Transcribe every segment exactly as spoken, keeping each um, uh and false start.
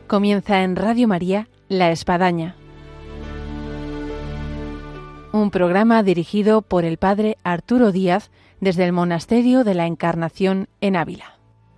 Comienza en Radio María, La Espadaña. Un programa dirigido por el Padre Arturo Díaz desde el Monasterio de la Encarnación en Ávila.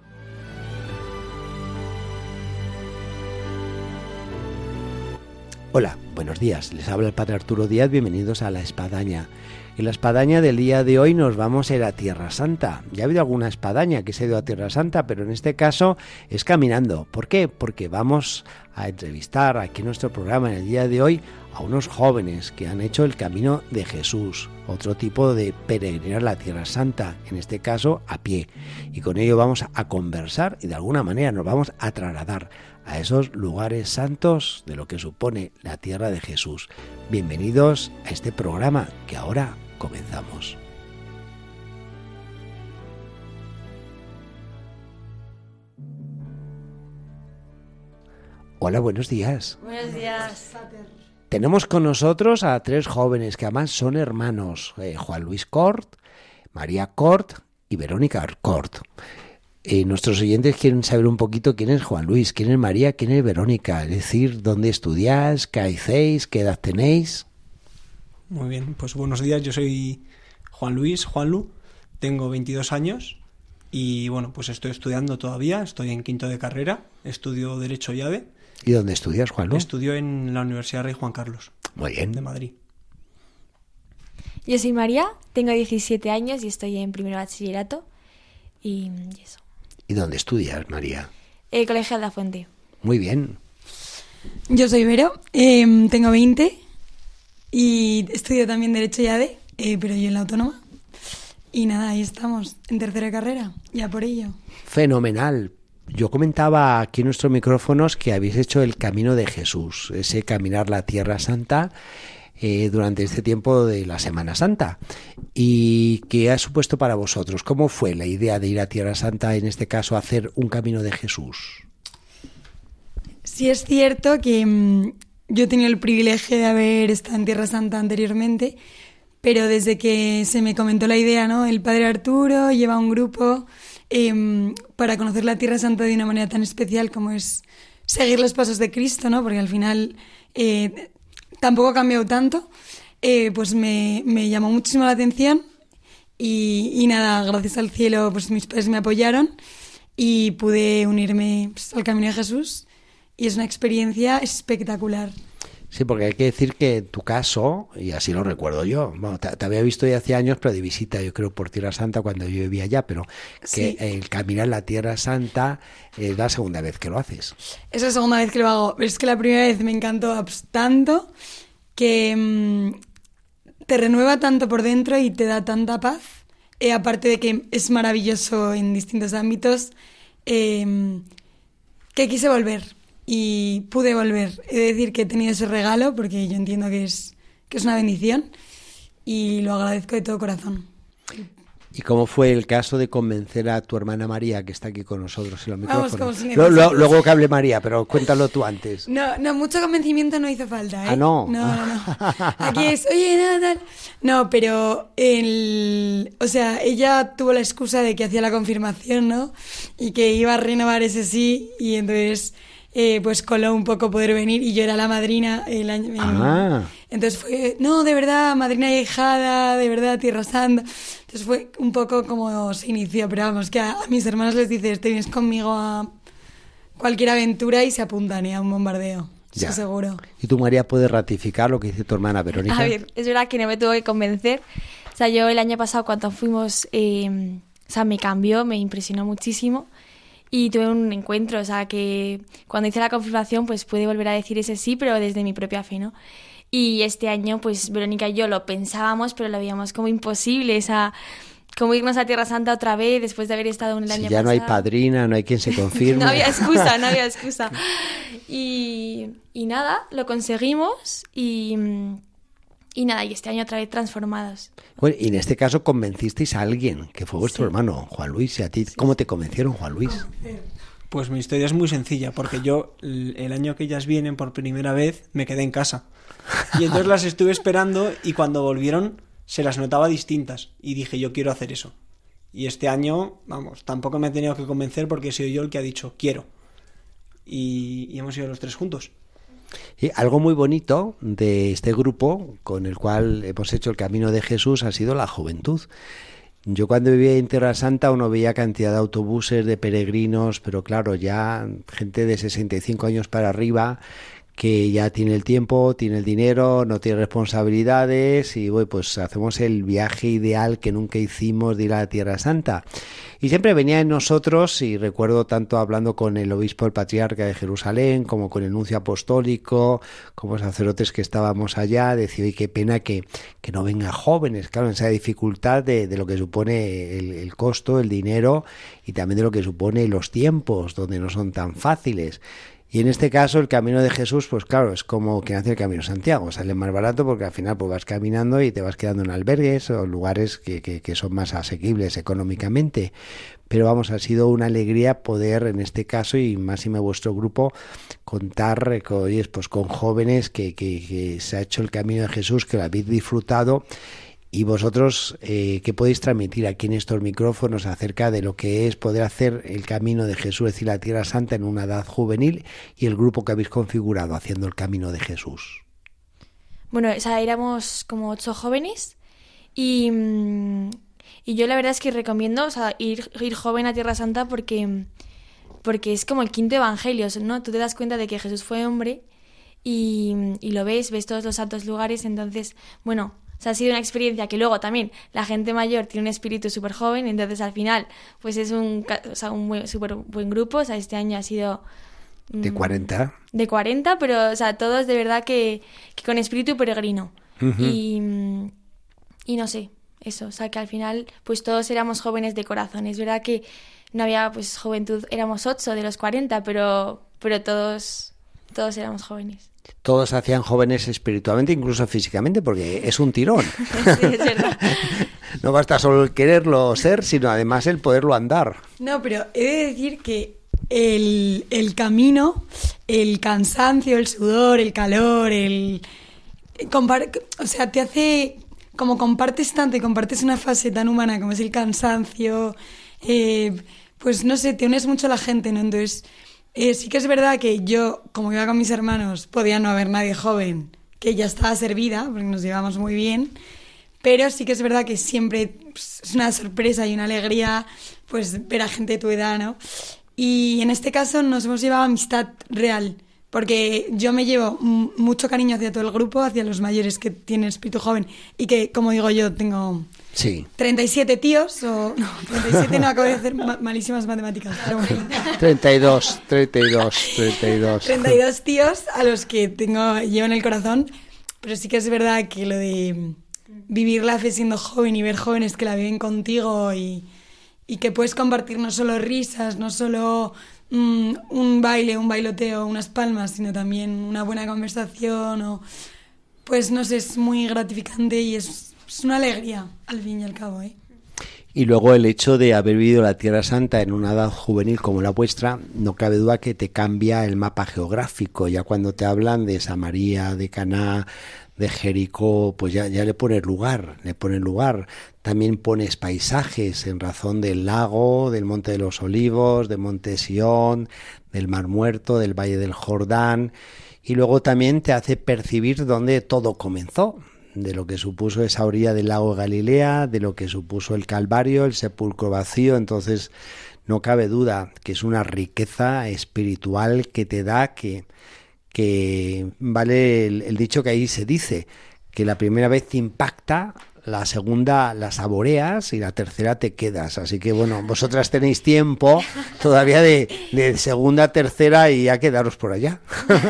Hola, buenos días. Les habla el Padre Arturo Díaz. Bienvenidos a La Espadaña. En la espadaña del día de hoy nos vamos a ir a Tierra Santa. Ya ha habido alguna espadaña que se ha ido a Tierra Santa, pero en este caso es caminando. ¿Por qué? Porque vamos a entrevistar aquí en nuestro programa en el día de hoy a unos jóvenes que han hecho el camino de Jesús, otro tipo de peregrinar a la Tierra Santa, en este caso a pie. Y con ello vamos a conversar y de alguna manera nos vamos a trasladar a esos lugares santos de lo que supone la tierra de Jesús. Bienvenidos a este programa que ahora comenzamos. Hola, buenos días. Buenos días. Tenemos con nosotros a tres jóvenes que además son hermanos, eh, Juan Luis Cort, María Cort y Verónica Cort. Eh, nuestros oyentes quieren saber un poquito quién es Juan Luis, quién es María, quién es Verónica, es decir, dónde estudiáis, qué hacéis, qué edad tenéis. Muy bien, pues buenos días, yo soy Juan Luis, Juanlu, tengo veintidós años y bueno, pues estoy estudiando todavía, estoy en quinto de carrera, estudio Derecho y A D E. ¿Y dónde estudias, Juanlu? Estudio en la Universidad Rey Juan Carlos. Muy bien. De Madrid. Yo soy María, tengo diecisiete años y estoy en primero de bachillerato y, y eso. ¿Y dónde estudias, María? El Colegio de la Fuente. Muy bien. Yo soy Vero, eh, tengo veinte y estudio también Derecho y A D E, eh, pero yo en la Autónoma. Y nada, ahí estamos, en tercera carrera, ya por ello. Fenomenal. Yo comentaba aquí en nuestros micrófonos que habéis hecho el camino de Jesús, ese caminar la Tierra Santa eh, durante este tiempo de la Semana Santa. ¿Y qué ha supuesto para vosotros? ¿Cómo fue la idea de ir a Tierra Santa, en este caso, a hacer un camino de Jesús? Sí es cierto que mmm, yo he tenido el privilegio de haber estado en Tierra Santa anteriormente, pero desde que se me comentó la idea, ¿no? El Padre Arturo lleva un grupo eh, para conocer la Tierra Santa de una manera tan especial como es seguir los pasos de Cristo, ¿no? Porque al final eh, tampoco ha cambiado tanto, eh, pues me, me llamó muchísimo la atención y, y nada, gracias al cielo pues mis padres me apoyaron y pude unirme pues, al Camino de Jesús y es una experiencia espectacular. Sí, porque hay que decir que en tu caso, y así lo recuerdo yo, bueno, te, te había visto ya hace años, pero de visita, yo creo, por Tierra Santa cuando yo vivía allá, pero que sí. El caminar la Tierra Santa es la segunda vez que lo haces. Es la segunda vez que lo hago, pero es que la primera vez me encantó tanto que mmm, te renueva tanto por dentro y te da tanta paz, eh, aparte de que es maravilloso en distintos ámbitos, eh, que quise volver. Y pude volver. He de decir que he tenido ese regalo porque yo entiendo que es, que es una bendición y lo agradezco de todo corazón. ¿Y cómo fue el caso de convencer a tu hermana María, que está aquí con nosotros en los micrófonos? Vamos, como si luego, luego, luego que hable María, pero cuéntalo tú antes. No, no, mucho convencimiento no hizo falta, ¿eh? Ah, ¿no? No, no, no. Aquí es, oye, nada, tal. No, pero el... O sea, ella tuvo la excusa de que hacía la confirmación, ¿no? Y que iba a renovar ese sí y entonces... Eh, pues coló un poco poder venir y yo era la madrina el año, ah. entonces fue, no, de verdad, madrina y ahijada, de verdad, Tierra Santa. Entonces fue un poco como se inició, pero vamos, que a, a mis hermanos les dices, te vienes conmigo a cualquier aventura y se apuntan ¿eh? A un bombardeo, ya. Eso seguro. ¿Y tú, María, puedes ratificar lo que dice tu hermana Verónica? A ver, es verdad que no me tuvo que convencer. O sea, yo el año pasado cuando fuimos, eh, o sea, me cambió, me impresionó muchísimo. Y tuve un encuentro, o sea, que cuando hice la confirmación pues pude volver a decir ese sí, pero desde mi propia fe, ¿no? Y este año pues Verónica y yo lo pensábamos, pero lo veíamos como imposible, o sea, como irnos a Tierra Santa otra vez después de haber estado un si año ya pasado. No hay padrina, no hay quien se confirme. No había excusa, no había excusa. Y, y nada, lo conseguimos y... Y nada, y este año otra vez transformados. Bueno, y en este caso convencisteis a alguien, que fue vuestro sí. hermano, Juan Luis. ¿Y a ti cómo te convencieron, Juan Luis? Pues mi historia es muy sencilla, porque yo el año que ellas vienen por primera vez me quedé en casa. Y entonces las estuve esperando y cuando volvieron se las notaba distintas. Y dije, yo quiero hacer eso. Y este año, vamos, tampoco me he tenido que convencer porque he sido yo el que ha dicho, quiero. y, y hemos ido los tres juntos. Y algo muy bonito de este grupo con el cual hemos hecho el Camino de Jesús ha sido la juventud. Yo cuando vivía en Tierra Santa uno veía cantidad de autobuses, de peregrinos, pero claro, ya gente de sesenta y cinco años para arriba que ya tiene el tiempo, tiene el dinero, no tiene responsabilidades y bueno, pues hacemos el viaje ideal que nunca hicimos de ir a la Tierra Santa. Y siempre venía en nosotros, y recuerdo tanto hablando con el obispo, el patriarca de Jerusalén, como con el nuncio apostólico, como sacerdotes que estábamos allá, decía, oye, qué pena que, que no vengan jóvenes, claro, en esa dificultad de, de lo que supone el, el costo, el dinero, y también de lo que supone los tiempos, donde no son tan fáciles. Y en este caso el Camino de Jesús, pues claro, es como que hace el Camino de Santiago, sale más barato porque al final pues vas caminando y te vas quedando en albergues o lugares que, que, que son más asequibles económicamente. Pero vamos, ha sido una alegría poder en este caso, y más en vuestro grupo, contar con, pues, con jóvenes que, que, que se ha hecho el Camino de Jesús, que lo habéis disfrutado. Y vosotros, eh, ¿qué podéis transmitir aquí en estos micrófonos acerca de lo que es poder hacer el Camino de Jesús, es decir, la Tierra Santa en una edad juvenil, y el grupo que habéis configurado haciendo el Camino de Jesús? Bueno, o sea, éramos como ocho jóvenes y, y yo la verdad es que recomiendo, o sea, ir, ir joven a Tierra Santa porque, porque es como el quinto evangelio, ¿no? Tú te das cuenta de que Jesús fue hombre y, y lo ves, ves todos los santos lugares, entonces, bueno... O sea, ha sido una experiencia que luego también la gente mayor tiene un espíritu súper joven, entonces al final pues es un, o sea, un súper buen grupo. O sea, este año ha sido... Mmm, ¿De cuarenta? De cuarenta, pero o sea, todos de verdad que, que con espíritu peregrino. Uh-huh. Y, y no sé, eso, o sea, que al final pues todos éramos jóvenes de corazón. Es verdad que no había pues juventud, éramos ocho de los cuarenta, pero, pero todos, todos éramos jóvenes. Todos hacían jóvenes espiritualmente, incluso físicamente, porque es un tirón. Sí, es verdad. No basta solo el quererlo ser, sino además el poderlo andar. No, pero he de decir que el, el camino, el cansancio, el sudor, el calor, el... Compar- o sea, te hace... Como compartes tanto y compartes una fase tan humana como es el cansancio, eh, pues no sé, te unes mucho a la gente, ¿no? Entonces... Eh, sí que es verdad que yo, como iba con mis hermanos, podía no haber nadie joven, que ya estaba servida, porque nos llevamos muy bien, pero sí que es verdad que siempre pues, es una sorpresa y una alegría pues ver a gente de tu edad, ¿no? Y en este caso nos hemos llevado amistad real, porque yo me llevo m- mucho cariño hacia todo el grupo, hacia los mayores que tienen espíritu joven, y que, como digo yo, tengo... Sí. treinta y siete tíos, o... No, treinta y siete no, acabo de hacer ma- malísimas matemáticas, pero bueno. treinta y dos, treinta y dos, treinta y dos. treinta y dos tíos a los que tengo, llevo en el corazón, pero sí que es verdad que lo de vivir la fe siendo joven y ver jóvenes que la viven contigo y, y que puedes compartir no solo risas, no solo mm, un baile, un bailoteo, unas palmas, sino también una buena conversación, o pues no sé, es muy gratificante y es... Es una alegría, al fin y al cabo, ¿eh? Y luego el hecho de haber vivido la Tierra Santa en una edad juvenil como la vuestra, no cabe duda que te cambia el mapa geográfico. Ya cuando te hablan de Samaria, de Caná, de Jericó, pues ya, ya le pones lugar, le pones lugar. También pones paisajes en razón del lago, del Monte de los Olivos, del Monte Sión, del Mar Muerto, del Valle del Jordán. Y luego también te hace percibir dónde todo comenzó, de lo que supuso esa orilla del lago Galilea, de lo que supuso el Calvario, el sepulcro vacío. Entonces no cabe duda que es una riqueza espiritual que te da, que, que vale el, el dicho que ahí se dice, que la primera vez te impacta, la segunda la saboreas y la tercera te quedas. Así que bueno, vosotras tenéis tiempo todavía de, de segunda, tercera y ya quedaros por allá.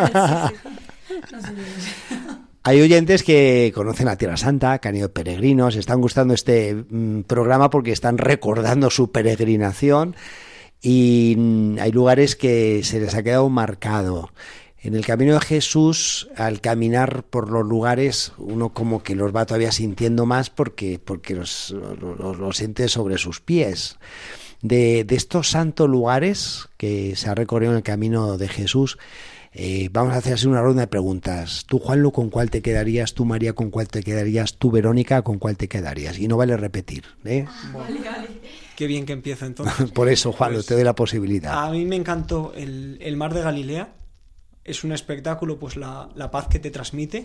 Hay oyentes que conocen la Tierra Santa, que han ido peregrinos, están gustando este mm, programa porque están recordando su peregrinación y mm, hay lugares que se les ha quedado marcado. En el Camino de Jesús, al caminar por los lugares, uno como que los va todavía sintiendo más porque, porque los, los, los siente sobre sus pies. De, de estos santos lugares que se ha recorrido en el Camino de Jesús, Eh, vamos a hacer así una ronda de preguntas. Tú, Juanlu, ¿con cuál te quedarías? Tú, María, ¿con cuál te quedarías? Tú, Verónica, ¿con cuál te quedarías? Y no vale repetir, ¿eh? Vale, vale. Qué bien que empiezo entonces. Por eso, Juanlu, pues, te doy la posibilidad. A mí me encantó el, el Mar de Galilea. Es un espectáculo, pues la, la paz que te transmite.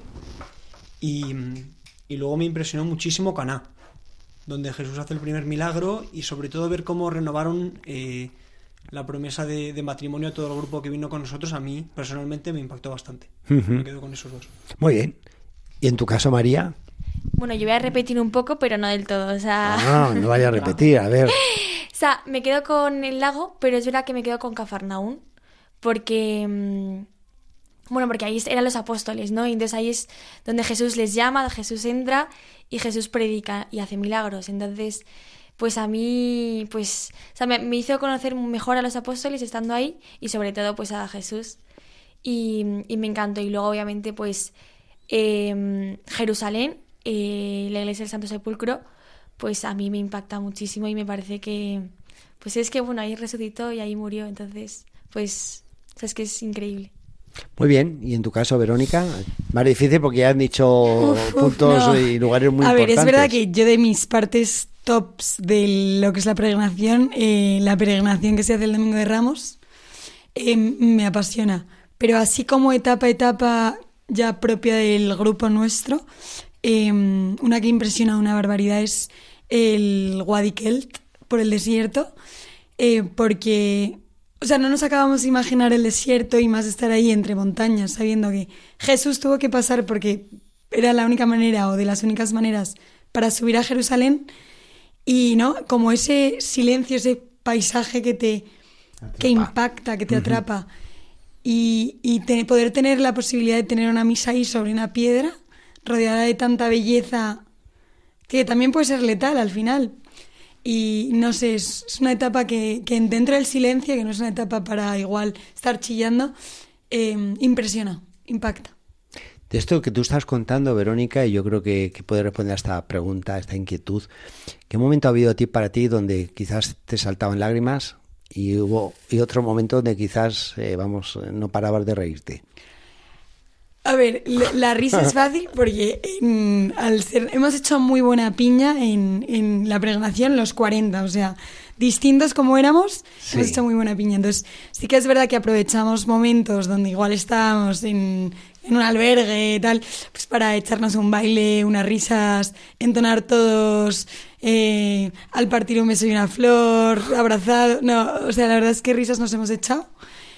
Y, y luego me impresionó muchísimo Caná, donde Jesús hace el primer milagro, y sobre todo ver cómo renovaron eh, la promesa de, de matrimonio a todo el grupo que vino con nosotros. A mí personalmente me impactó bastante. Uh-huh. Me quedo con esos dos. Muy bien. ¿Y en tu caso, María? Bueno, yo voy a repetir un poco, pero no del todo, o sea... No, no vaya a repetir, a ver. O sea, me quedo con el lago, pero es verdad que me quedo con Cafarnaún, porque... Bueno, porque ahí eran los apóstoles, ¿no? Y entonces ahí es donde Jesús les llama, Jesús entra y Jesús predica y hace milagros. Entonces, pues a mí, pues... O sea, me, me hizo conocer mejor a los apóstoles estando ahí y sobre todo, pues a Jesús. Y, y me encantó. Y luego, obviamente, pues... Eh, Jerusalén, eh, la iglesia del Santo Sepulcro, pues a mí me impacta muchísimo y me parece que... Pues es que, bueno, ahí resucitó y ahí murió. Entonces, pues... O sea, es que es increíble. Muy bien, y en tu caso, Verónica, más difícil porque ya han dicho uf, puntos no. y lugares muy a importantes. A ver, es verdad que yo de mis partes tops de lo que es la peregrinación, eh, la peregrinación que se hace el Domingo de Ramos, eh, me apasiona. Pero así como etapa a etapa ya propia del grupo nuestro, eh, una que impresiona una barbaridad es el Wadi Kelt por el desierto, eh, porque... O sea, no nos acabamos de imaginar el desierto y más estar ahí entre montañas, sabiendo que Jesús tuvo que pasar porque era la única manera o de las únicas maneras para subir a Jerusalén, y no, como ese silencio, ese paisaje que te atrapa. que impacta, que te uh-huh. atrapa, y, y te, poder tener la posibilidad de tener una misa ahí sobre una piedra rodeada de tanta belleza que también puede ser letal al final. Y no sé, es, es una etapa que, que dentro del silencio, que no es una etapa para igual estar chillando, eh, impresiona, impacta. De esto que tú estás contando, Verónica, y yo creo que, que puedes responder a esta pregunta, a esta inquietud, ¿qué momento ha habido a ti, para ti donde quizás te saltaban lágrimas y hubo y otro momento donde quizás, eh, vamos, no parabas de reírte? A ver, la, la risa es fácil porque en, al ser, hemos hecho muy buena piña en, en la peregrinación los cuarenta, o sea, distintos como éramos, sí. hemos hecho muy buena piña. Entonces, sí que es verdad que aprovechamos momentos donde igual estábamos en, en un albergue y tal, pues para echarnos un baile, unas risas, entonar todos eh, al partir un beso y una flor, abrazados. No, o sea, la verdad es que risas nos hemos echado.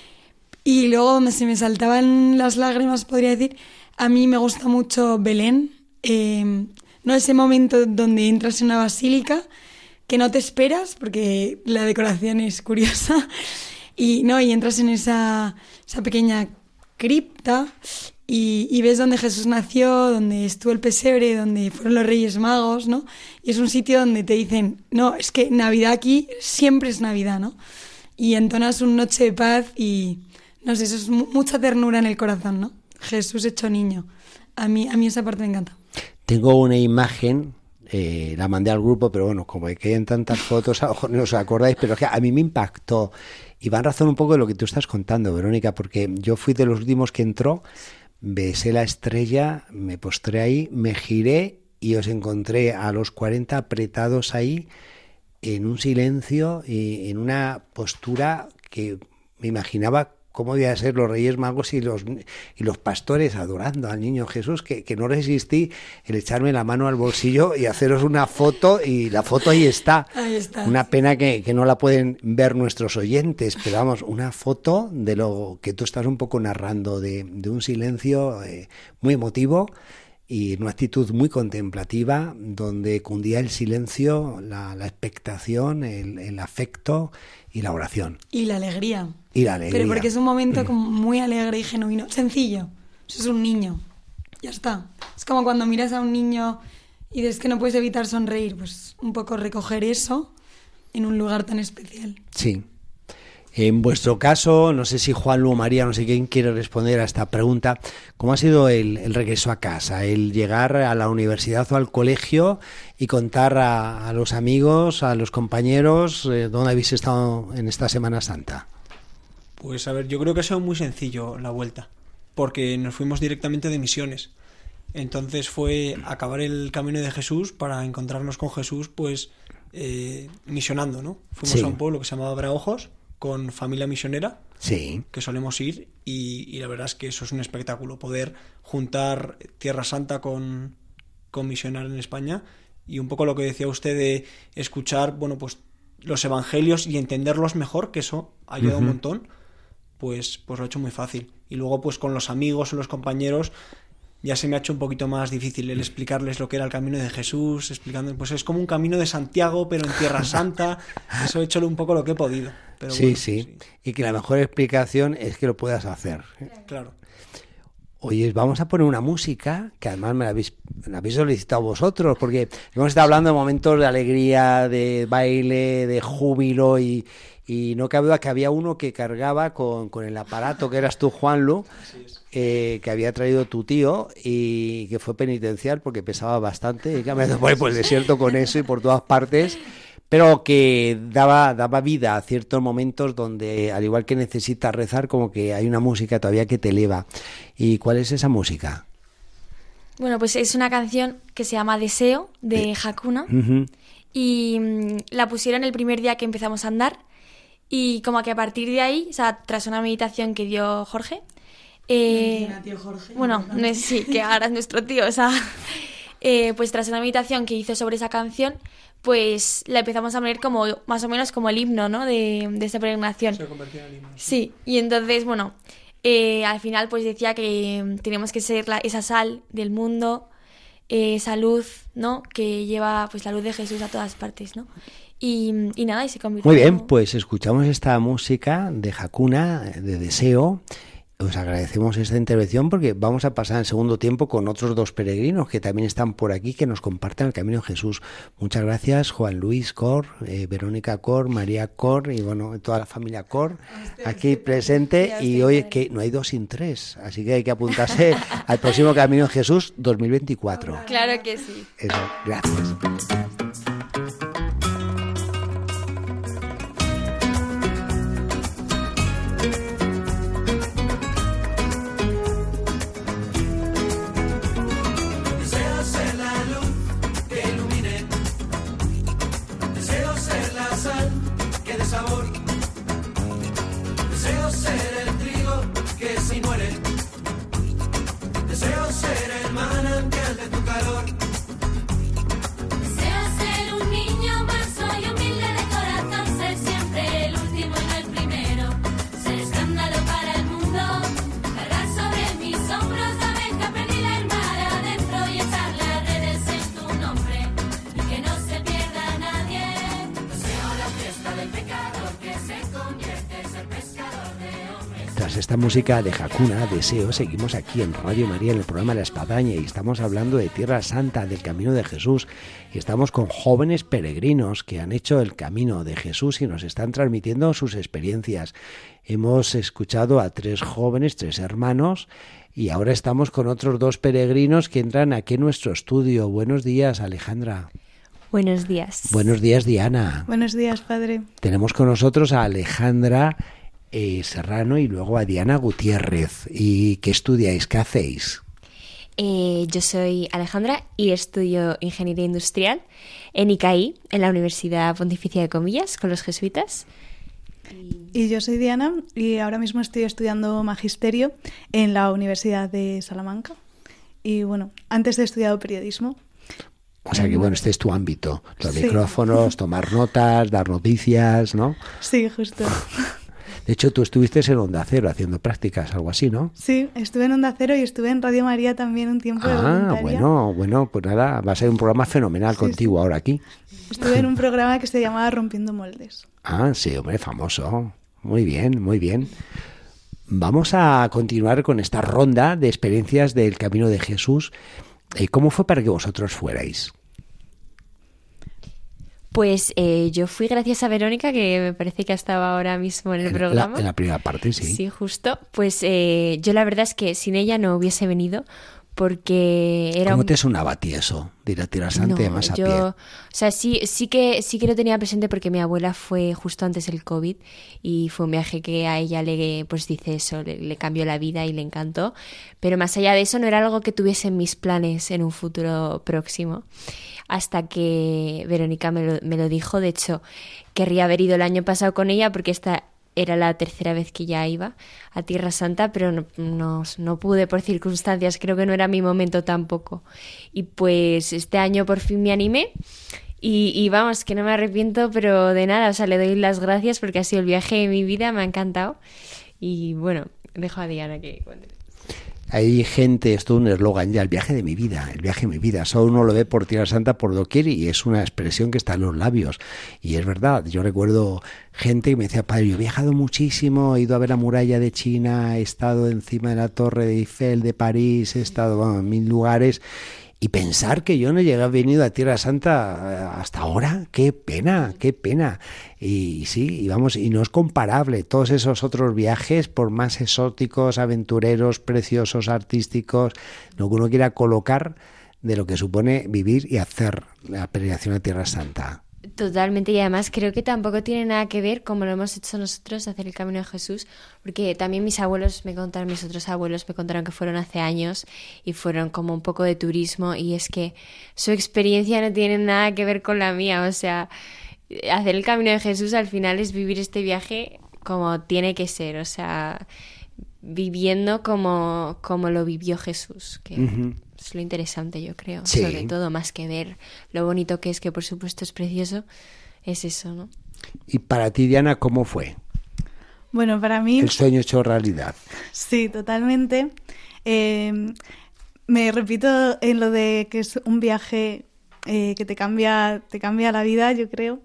Y luego, donde se me saltaban las lágrimas, podría decir, a mí me gusta mucho Belén. Eh, no ese momento donde entras en una basílica que no te esperas, porque la decoración es curiosa, y no y entras en esa, esa pequeña cripta y, y ves donde Jesús nació, donde estuvo el pesebre, donde fueron los Reyes Magos, ¿no? Y es un sitio donde te dicen, no, es que Navidad aquí siempre es Navidad, ¿no? Y entonas un Noche de Paz y... No sé, eso es mucha ternura en el corazón, ¿no? Jesús hecho niño. A mí, a mí esa parte me encanta. Tengo una imagen, eh, la mandé al grupo, pero bueno, como que hay tantas fotos, a lo mejor no os acordáis, pero es que a mí me impactó. Y va en razón un poco de lo que tú estás contando, Verónica, porque yo fui de los últimos que entró, besé la estrella, me postré ahí, me giré y os encontré a los cuarenta apretados ahí, en un silencio y en una postura que me imaginaba cómo debían ser los Reyes Magos y los y los pastores adorando al niño Jesús, que, que no resistí el echarme la mano al bolsillo y haceros una foto, y la foto ahí está. Ahí está. Una pena que, que no la pueden ver nuestros oyentes, pero vamos, una foto de lo que tú estás un poco narrando, de, de un silencio eh, muy emotivo y una actitud muy contemplativa, donde cundía el silencio, la, la expectación, el, el afecto y la oración. Y la alegría. Y la alegría. Pero porque es un momento como muy alegre y genuino, sencillo. Eso es un niño. Ya está. Es como cuando miras a un niño y ves que no puedes evitar sonreír, pues un poco recoger eso en un lugar tan especial. Sí. En vuestro caso, no sé si Juanlu o María, no sé quién quiere responder a esta pregunta, ¿cómo ha sido el, el regreso a casa, el llegar a la universidad o al colegio y contar a, a los amigos, a los compañeros, eh, dónde habéis estado en esta Semana Santa? Pues a ver, yo creo que ha sido muy sencillo la vuelta, porque nos fuimos directamente de misiones. Entonces fue acabar el camino de Jesús para encontrarnos con Jesús, pues eh, misionando, ¿no? Fuimos Sí. a un pueblo que se llamaba Braojos, con familia misionera, Sí. que solemos ir, y, y la verdad es que eso es un espectáculo, poder juntar Tierra Santa con, con misionar en España, y un poco lo que decía usted de escuchar, bueno, pues los evangelios y entenderlos mejor, que eso ayuda Ujú. un montón, pues, pues lo he hecho muy fácil. Y luego pues con los amigos o los compañeros ya se me ha hecho un poquito más difícil el explicarles lo que era el camino de Jesús, explicando, pues es como un camino de Santiago, pero en Tierra Santa. Eso he hecho un poco lo que he podido. Pero Sí, bueno, sí, y que la mejor explicación es que lo puedas hacer. Claro. Oye, vamos a poner una música que además me la habéis, me la habéis solicitado vosotros, porque hemos estado hablando de momentos de alegría, de baile, de júbilo, y, y no cabe duda que había uno que cargaba con, con el aparato, que eras tú, Juanlu, eh, que había traído tu tío y que fue penitencial porque pesaba bastante, y que me ando por el desierto con eso y por todas partes, pero que daba, daba vida a ciertos momentos donde, al igual que necesitas rezar, como que hay una música todavía que te eleva. ¿Y cuál es esa música? Bueno, pues es una canción que se llama Deseo, de Hakuna, Ujú. y mm, la pusieron el primer día que empezamos a andar, y como que a partir de ahí, o sea, tras una meditación que dio Jorge, eh, tío Jorge. bueno, no es, sí, que ahora es nuestro tío, o sea, eh, pues tras una meditación que hizo sobre esa canción, pues la empezamos a poner como, más o menos como el himno, ¿no?, de, de esta peregrinación. Se convirtió en el himno. Sí, y entonces, bueno, eh, al final pues decía que mm, tenemos que ser la, esa sal del mundo, eh, esa luz, ¿no?, que lleva pues la luz de Jesús a todas partes, ¿no? Y, y nada, y se convirtió... Muy bien, pues escuchamos esta música de Hakuna, de Deseo. Os agradecemos esta intervención porque vamos a pasar en segundo tiempo con otros dos peregrinos que también están por aquí, que nos comparten el camino de Jesús. Muchas gracias, Juan Luis Cor, eh, Verónica Cor, María Cor y bueno, toda la familia Cor aquí presente. Y hoy que no hay dos sin tres, así que hay que apuntarse al próximo Camino de Jesús dos mil veinticuatro. Claro que sí. Eso, gracias. Deseo ser la luz que ilumine, deseo ser la sal que dé sabor, deseo ser el trigo que si muere, deseo ser el manantial de tu calor. Deseo ser un niño manso y humilde de corazón, ser siempre el último y no el primero, ser escándalo para el mundo, cargar sobre mis hombros la abeja perdida el mar adentro y echar las redes en tu nombre y que no se pierda nadie. Deseo la fiesta del pecador que se convierte en ser pescador de hombres. Tras esta música de Hakuna, Deseo, seguimos aquí en Radio María en el programa La Espadaña y estamos hablando de Tierra Santa, del Camino de Jesús, y estamos con jóvenes peregrinos que han hecho el Camino de Jesús y nos están transmitiendo sus experiencias. Hemos escuchado a tres jóvenes, tres hermanos, y ahora estamos con otros dos peregrinos que entran aquí en nuestro estudio. Buenos días, Alejandra. Buenos días. Buenos días, Diana. Buenos días, padre. Tenemos con nosotros a Alejandra eh, Serrano y luego a Diana Gutiérrez. ¿Y qué estudiáis? ¿Qué hacéis? Eh, yo soy Alejandra y estudio Ingeniería Industrial en I C A I, en la Universidad Pontificia de Comillas, con los jesuitas. Y yo soy Diana y ahora mismo estoy estudiando Magisterio en la Universidad de Salamanca. Y bueno, antes he estudiado Periodismo. O sea que bueno, este es tu ámbito. Los Sí. micrófonos, tomar notas, dar noticias, ¿no? Sí, justo. De hecho, tú estuviste en Onda Cero haciendo prácticas, algo así, ¿no? Sí, estuve en Onda Cero y estuve en Radio María también un tiempo de Ah, voluntaria. bueno, bueno, pues nada, va a ser un programa fenomenal Sí, contigo sí. ahora aquí. Estuve en un programa que se llamaba Rompiendo Moldes. Ah, sí, hombre, famoso. Muy bien, muy bien. Vamos a continuar con esta ronda de experiencias del Camino de Jesús. Eh, ¿Cómo fue para que vosotros fuerais? Pues eh, yo fui gracias a Verónica, que me parece que estaba ahora mismo en el En la- programa. en la primera parte, sí. Sí, justo. Pues eh, yo la verdad es que sin ella no hubiese venido porque era ¿Cómo un... te sonaba a ti eso, de ir a Tierra Santa y No, además a yo, pie? o sea, sí, sí que sí que lo tenía presente porque mi abuela fue justo antes del COVID y fue un viaje que a ella le, pues dice eso, le, le cambió la vida y le encantó. Pero más allá de eso no era algo que tuviese en mis planes en un futuro próximo. Hasta que Verónica me lo, me lo dijo. De hecho, querría haber ido el año pasado con ella porque esta era la tercera vez que ya iba a Tierra Santa, pero no, no, no pude por circunstancias, creo que no era mi momento tampoco. Y pues este año por fin me animé y, y vamos, que no me arrepiento, pero de nada, o sea, le doy las gracias porque ha sido el viaje de mi vida, me ha encantado. Y bueno, dejo a Diana que cuente. Hay gente, es todo un eslogan ya, el viaje de mi vida, el viaje de mi vida. Solo uno lo ve por Tierra Santa por doquier y es una expresión que está en los labios. Y es verdad, yo recuerdo gente que me decía, padre, yo he viajado muchísimo, he ido a ver la muralla de China, he estado encima de la Torre de Eiffel de París, he estado bueno, en mil lugares. Y pensar que yo no llegué a venido a Tierra Santa hasta ahora, qué pena, qué pena. Y sí, y vamos, y no es comparable. Todos esos otros viajes, por más exóticos, aventureros, preciosos, artísticos, lo que uno quiera colocar de lo que supone vivir y hacer la peregrinación a Tierra Santa. Totalmente, y además creo que tampoco tiene nada que ver como lo hemos hecho nosotros, hacer el Camino de Jesús, porque también mis abuelos me contaron, mis otros abuelos me contaron que fueron hace años y fueron como un poco de turismo, y es que su experiencia no tiene nada que ver con la mía. O sea, hacer el Camino de Jesús al final es vivir este viaje como tiene que ser, o sea, viviendo como, como lo vivió Jesús, que... Uh-huh. Es lo interesante, yo creo, sí. Sobre todo, más que ver lo bonito que es, que por supuesto es precioso, es eso, ¿no? Y para ti, Diana, ¿cómo fue? Bueno, para mí... El sueño hecho realidad. Sí, totalmente. Eh, me repito en lo de que es un viaje eh, que te cambia, te cambia la vida, yo creo.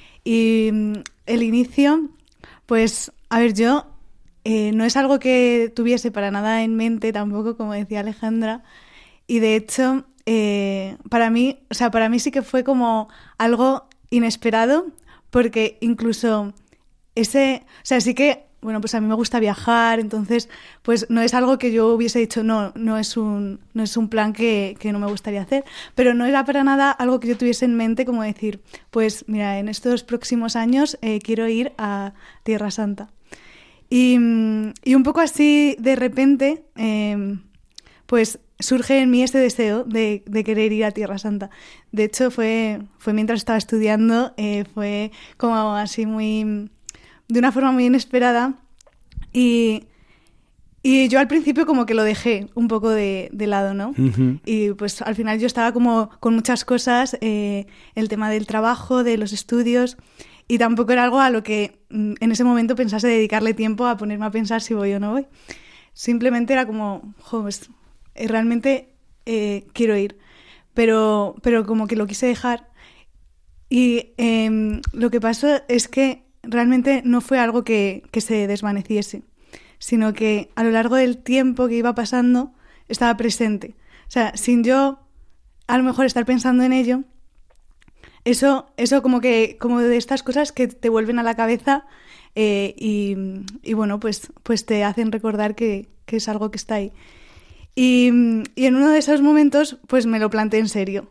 Y el inicio, pues, a ver, yo eh, no es algo que tuviese para nada en mente tampoco, como decía Alejandra. Y de hecho, eh, para mí, o sea, para mí sí que fue como algo inesperado, porque incluso ese, o sea, sí que, bueno, pues a mí me gusta viajar, entonces, pues no es algo que yo hubiese dicho, no, no es un, no es un plan que, que no me gustaría hacer, pero no era para nada algo que yo tuviese en mente, como decir, pues mira, en estos próximos años eh, quiero ir a Tierra Santa. Y, y un poco así, de repente, eh, pues surge en mí este deseo de, de querer ir a Tierra Santa. De hecho, fue, fue mientras estaba estudiando, eh, fue como así muy... de una forma muy inesperada. Y, y yo al principio como que lo dejé un poco de, de lado, ¿no? Uh-huh. Y pues al final yo estaba como con muchas cosas, eh, el tema del trabajo, de los estudios, y tampoco era algo a lo que en ese momento pensase dedicarle tiempo a ponerme a pensar si voy o no voy. Simplemente era como, jo, pues... realmente eh, quiero ir, pero, pero como que lo quise dejar y eh, lo que pasó es que realmente no fue algo que, que se desvaneciese, sino que a lo largo del tiempo que iba pasando estaba presente. O sea, sin yo a lo mejor estar pensando en ello, eso, eso como que como de estas cosas que te vuelven a la cabeza eh, y, y bueno, pues, pues te hacen recordar que, que es algo que está ahí. Y, y en uno de esos momentos, pues me lo planteé en serio.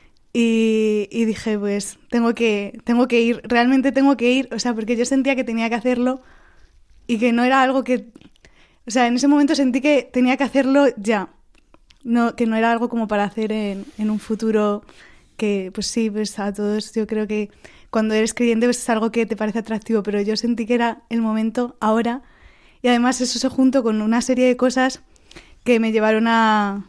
Y, y dije, pues tengo que, tengo que ir, realmente tengo que ir, o sea, porque yo sentía que tenía que hacerlo y que no era algo que... O sea, en ese momento sentí que tenía que hacerlo ya, no, que no era algo como para hacer en, en un futuro que, pues sí, pues a todos yo creo que cuando eres creyente pues es algo que te parece atractivo, pero yo sentí que era el momento ahora y además eso se juntó con una serie de cosas que me llevaron a,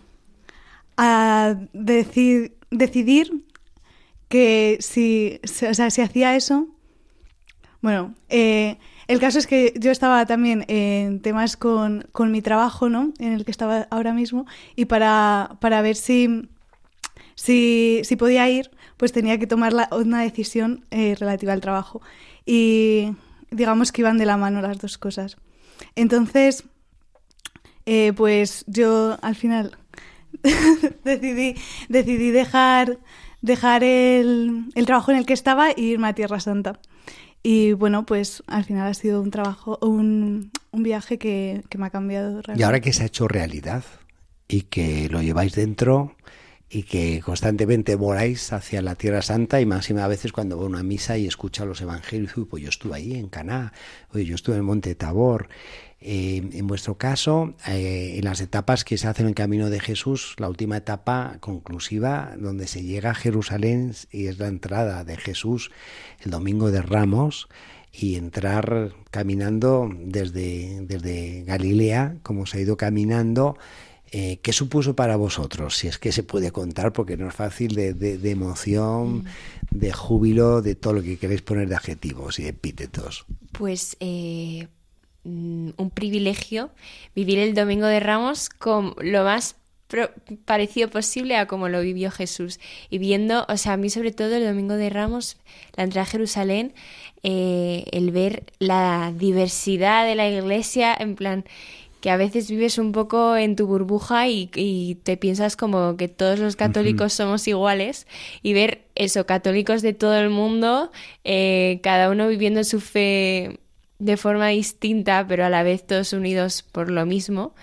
a deci- decidir que si, o sea, si hacía eso... Bueno, eh, el caso es que yo estaba también en temas con, con mi trabajo, ¿no? En el que estaba ahora mismo, y para, para ver si, si, si podía ir, pues tenía que tomar la, una decisión eh, relativa al trabajo. Y digamos que iban de la mano las dos cosas. Entonces... Eh, pues yo al final decidí, decidí dejar, dejar el, el trabajo en el que estaba e irme a Tierra Santa. Y bueno, pues al final ha sido un trabajo, un, un viaje que, que me ha cambiado realmente. ¿Y ahora qué se ha hecho realidad? y que lo lleváis dentro y que constantemente moráis hacia la Tierra Santa, y máxima a veces cuando va a una misa y escucha los evangelios, uy, pues yo estuve ahí en Caná, oye, yo estuve en el Monte Tabor. Eh, en vuestro caso, eh, en las etapas que se hacen en el Camino de Jesús, la última etapa conclusiva, donde se llega a Jerusalén y es la entrada de Jesús el Domingo de Ramos, y entrar caminando desde, desde Galilea, como se ha ido caminando. Eh, ¿Qué supuso para vosotros? Si es que se puede contar, porque no es fácil, de, de, de emoción, mm. de júbilo, de todo lo que queréis poner de adjetivos y de epítetos. Pues eh, un privilegio vivir el Domingo de Ramos con lo más pro- parecido posible a como lo vivió Jesús. Y viendo, o sea, a mí sobre todo el Domingo de Ramos, la entrada a Jerusalén, eh, el ver la diversidad de la iglesia, en plan, que a veces vives un poco en tu burbuja y, y te piensas como que todos los católicos uh-huh. somos iguales, y ver eso, católicos de todo el mundo, eh, cada uno viviendo su fe de forma distinta, pero a la vez todos unidos por lo mismo,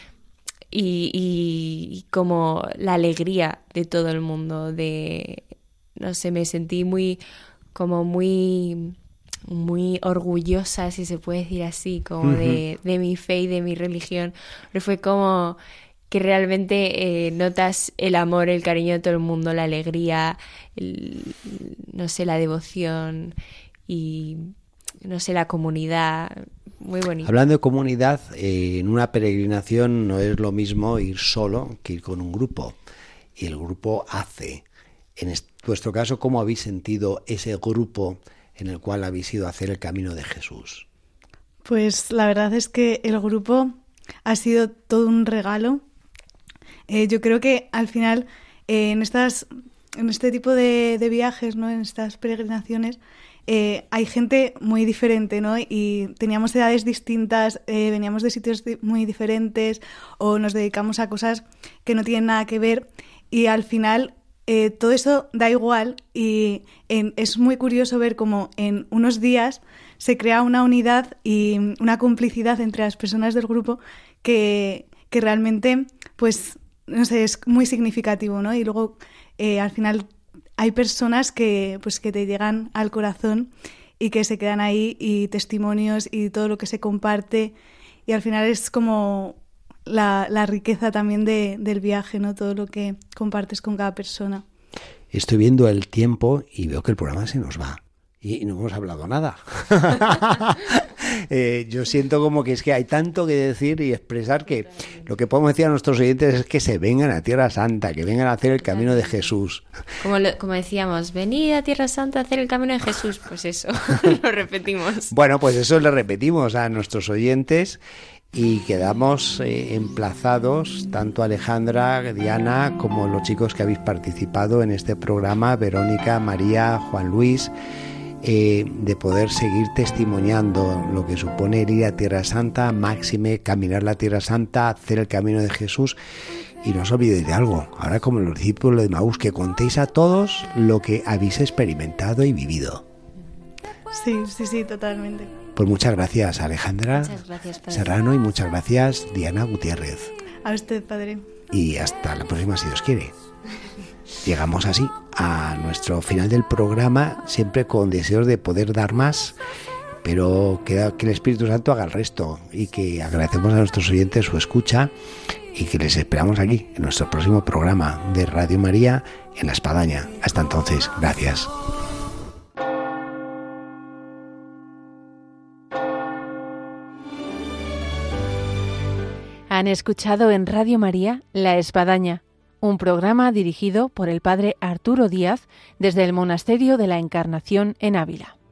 y, y, y como la alegría de todo el mundo, de, no sé, me sentí muy, como muy... muy orgullosa, si se puede decir así, como uh-huh. de, de mi fe y de mi religión. Pero fue como que realmente eh, notas el amor, el cariño de todo el mundo, la alegría, el, no sé, la devoción y, no sé, la comunidad. Muy bonito. Hablando de comunidad, eh, en una peregrinación no es lo mismo ir solo que ir con un grupo. Y el grupo hace. En est- vuestro caso, ¿cómo habéis sentido ese grupo en el cual habéis ido a hacer el Camino de Jesús? Pues la verdad es que el grupo ha sido todo un regalo. Eh, yo creo que al final, eh, en estas, en este tipo de, de viajes, ¿no? En estas peregrinaciones, eh, hay gente muy diferente, ¿no? Y teníamos edades distintas, eh, veníamos de sitios di- muy diferentes, o nos dedicamos a cosas que no tienen nada que ver, y al final Eh, todo eso da igual, y en, es muy curioso ver cómo en unos días se crea una unidad y una complicidad entre las personas del grupo que, que realmente, pues, no sé, es muy significativo, ¿no? Y luego, eh, al final, hay personas que, pues, que te llegan al corazón y que se quedan ahí, y testimonios y todo lo que se comparte, y al final es como La, la riqueza también de, del viaje, ¿no? Todo lo que compartes con cada persona. Estoy viendo el tiempo y veo que el programa se nos va y no hemos hablado nada. eh, yo siento como que es que hay tanto que decir y expresar, que lo que podemos decir a nuestros oyentes es que se vengan a Tierra Santa, que vengan a hacer el Camino de Jesús. Como, lo, como decíamos, venid a Tierra Santa a hacer el Camino de Jesús, pues eso, lo repetimos. Bueno, pues eso le repetimos a nuestros oyentes. Y quedamos eh, emplazados, tanto Alejandra, Diana, como los chicos que habéis participado en este programa, Verónica, María, Juan Luis, eh, de poder seguir testimoniando lo que supone el ir a Tierra Santa, máxime, caminar la Tierra Santa, hacer el Camino de Jesús. Y no os olvidéis de algo, ahora como los discípulos de Maús, que contéis a todos lo que habéis experimentado y vivido. Sí, sí, sí, totalmente. Pues muchas gracias, Alejandra Muchas gracias, padre Serrano, y muchas gracias, Diana Gutiérrez. A usted, padre. Y hasta la próxima, si Dios quiere. Llegamos así a nuestro final del programa, siempre con deseos de poder dar más, pero que, que el Espíritu Santo haga el resto, y que agradecemos a nuestros oyentes su escucha, y que les esperamos aquí en nuestro próximo programa de Radio María en La Espadaña. Hasta entonces, gracias. Han escuchado en Radio María La Espadaña, un programa dirigido por el padre Arturo Díaz desde el Monasterio de la Encarnación en Ávila.